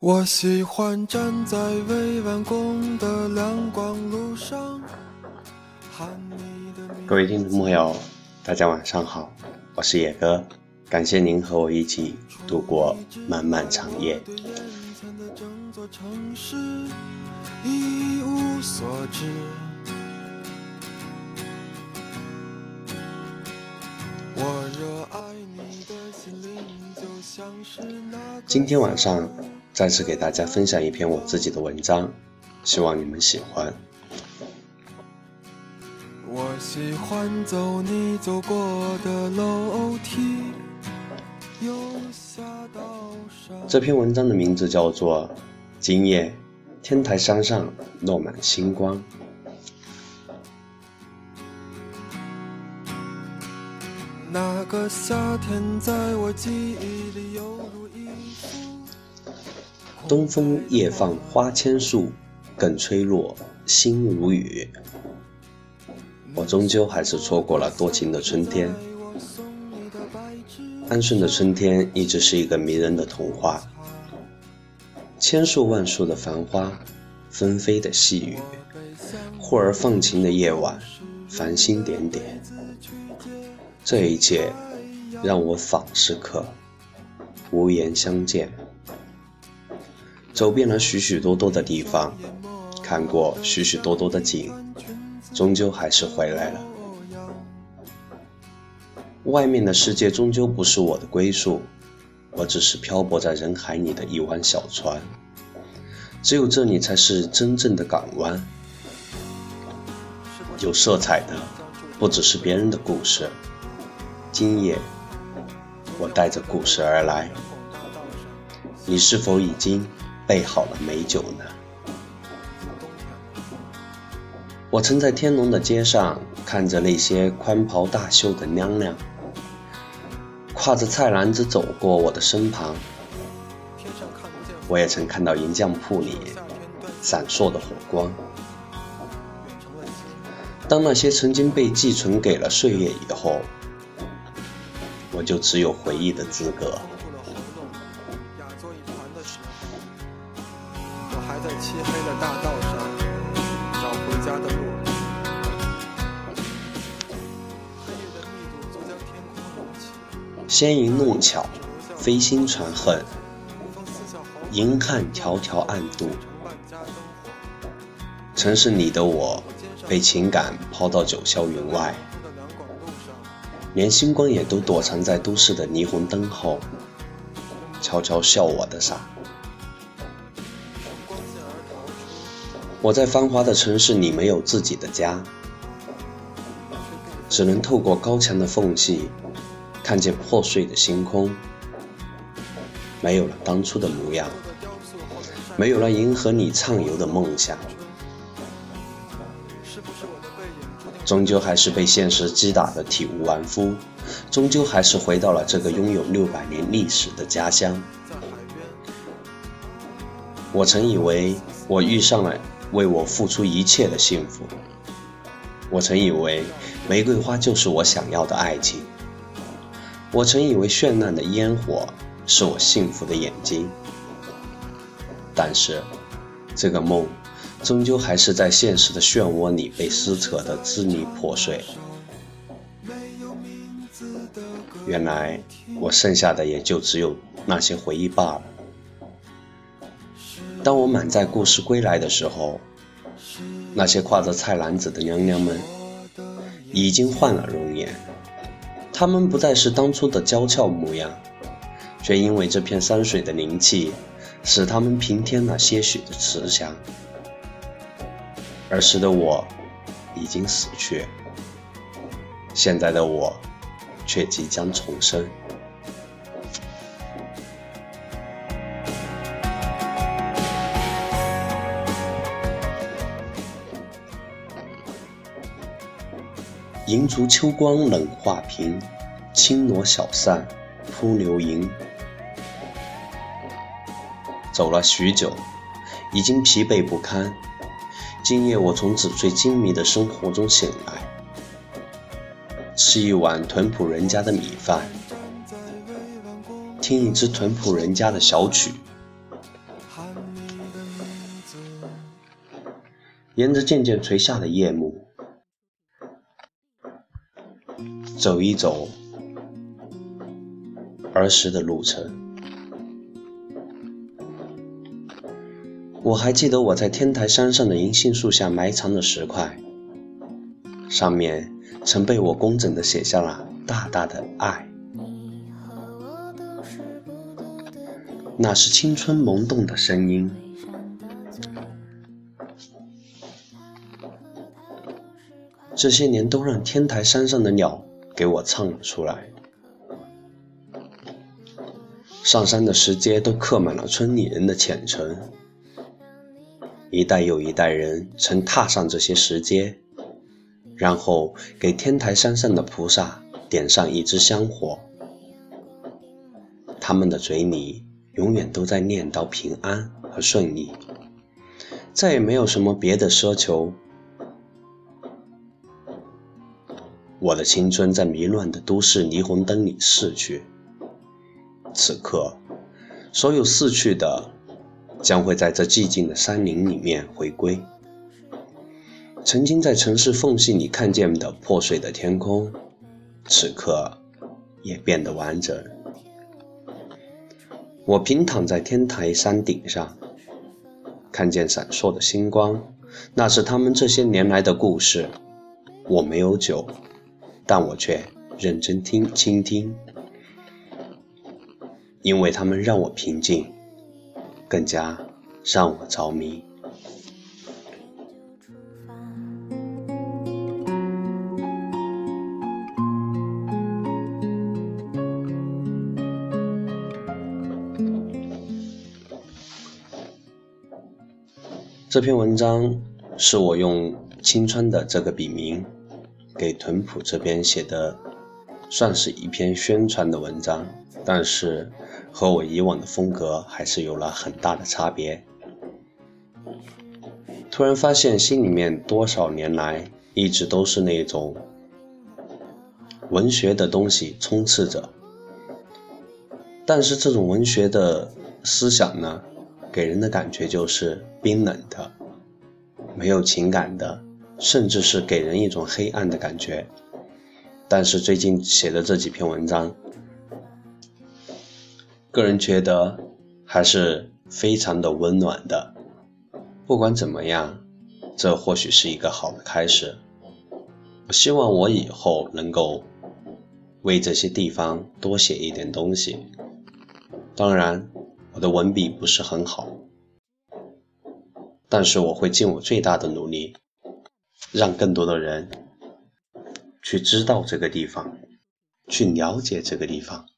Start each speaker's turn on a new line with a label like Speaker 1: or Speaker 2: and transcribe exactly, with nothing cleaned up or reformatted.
Speaker 1: 我喜欢站在未完工的亮光路上。
Speaker 2: 各位听众朋友，大家晚上好，我是野哥，感谢您和我一起度过漫漫长夜。
Speaker 1: 一无所知，我热爱你的心灵就像是那个。
Speaker 2: 今天晚上再次给大家分享一篇我自己的文章，希望你们喜欢。
Speaker 1: 我喜欢走你走过的楼梯，由下到上。
Speaker 2: 这篇文章的名字叫做今夜天台山上落满星光。
Speaker 1: 那个夏天在我记忆里犹如一幅。
Speaker 2: 东风夜放花千树，更吹落星如雨。我终究还是错过了多情的春天。安顺的春天一直是一个迷人的童话，千树万树的繁花，纷飞的细雨，忽而放晴的夜晚，繁星点点。这一切让我仿是客，无言相见。走遍了许许多多的地方，看过许许多多的景，终究还是回来了。外面的世界终究不是我的归宿，我只是漂泊在人海里的一湾小船，只有这里才是真正的港湾。有色彩的不只是别人的故事，今夜我带着故事而来，你是否已经备好了美酒呢？我曾在天龙的街上看着那些宽袍大袖的娘娘，挎着菜篮子走过我的身旁。我也曾看到银匠铺里闪烁的火光。当那些曾经被寄存给了岁月以后，我就只有回忆的资格。
Speaker 1: 我还在漆黑的大道上找回家的路。
Speaker 2: 纤银弄巧，飞星传恨，银汉迢迢暗度。曾是你的我，被情感抛到九霄云外，连星光也都躲藏在都市的霓虹灯后，悄悄笑我的傻。我在繁华的城市里没有自己的家，只能透过高墙的缝隙看见破碎的星空，没有了当初的模样，没有了迎合你畅游的梦想，终究还是被现实击打得体无完肤，终究还是回到了这个拥有六百年历史的家乡。我曾以为我遇上了为我付出一切的幸福，我曾以为玫瑰花就是我想要的爱情，我曾以为绚烂的烟火是我幸福的眼睛，但是这个梦终究还是在现实的漩涡里被撕扯得支离破碎。原来我剩下的也就只有那些回忆罢了。当我满载故事归来的时候，那些挎着菜篮子的娘娘们已经换了容颜，她们不再是当初的娇俏模样，却因为这片山水的灵气，使她们平添了些许的慈祥。儿时的我已经死去，现在的我却即将重生。银烛秋光冷画屏，轻罗小扇扑流萤。走了许久，已经疲惫不堪。今夜我从纸醉金迷的生活中醒来，吃一碗屯仆人家的米饭，听一支屯仆人家的小曲， 沿着渐渐垂下的夜幕，走一走儿时的路程。我还记得我在天台山上的银杏树下埋藏的石块，上面曾被我工整地写下了大大的爱。那是青春萌动的声音，这些年都让天台山上的鸟给我唱了出来。上山的石阶都刻满了村里人的虔诚，一代又一代人曾踏上这些石阶，然后给天台山上的菩萨点上一支香火。他们的嘴里永远都在念叨平安和顺利，再也没有什么别的奢求。我的青春在迷乱的都市霓虹灯里逝去，此刻所有逝去的将会在这寂静的山林里面回归。曾经在城市缝隙里看见的破碎的天空，此刻也变得完整。我平躺在天台山顶上，看见闪烁的星光，那是他们这些年来的故事。我没有酒，但我却认真听倾听，因为他们让我平静，更加让我着迷。这篇文章是我用青川的这个笔名给屯埔这边写的，算是一篇宣传的文章，但是和我以往的风格还是有了很大的差别。突然发现心里面多少年来一直都是那种文学的东西充斥着，但是这种文学的思想呢，给人的感觉就是冰冷的，没有情感的，甚至是给人一种黑暗的感觉。但是最近写的这几篇文章，个人觉得还是非常的温暖的。不管怎么样，这或许是一个好的开始。我希望我以后能够为这些地方多写一点东西。当然我的文笔不是很好，但是我会尽我最大的努力，让更多的人去知道这个地方，去了解这个地方。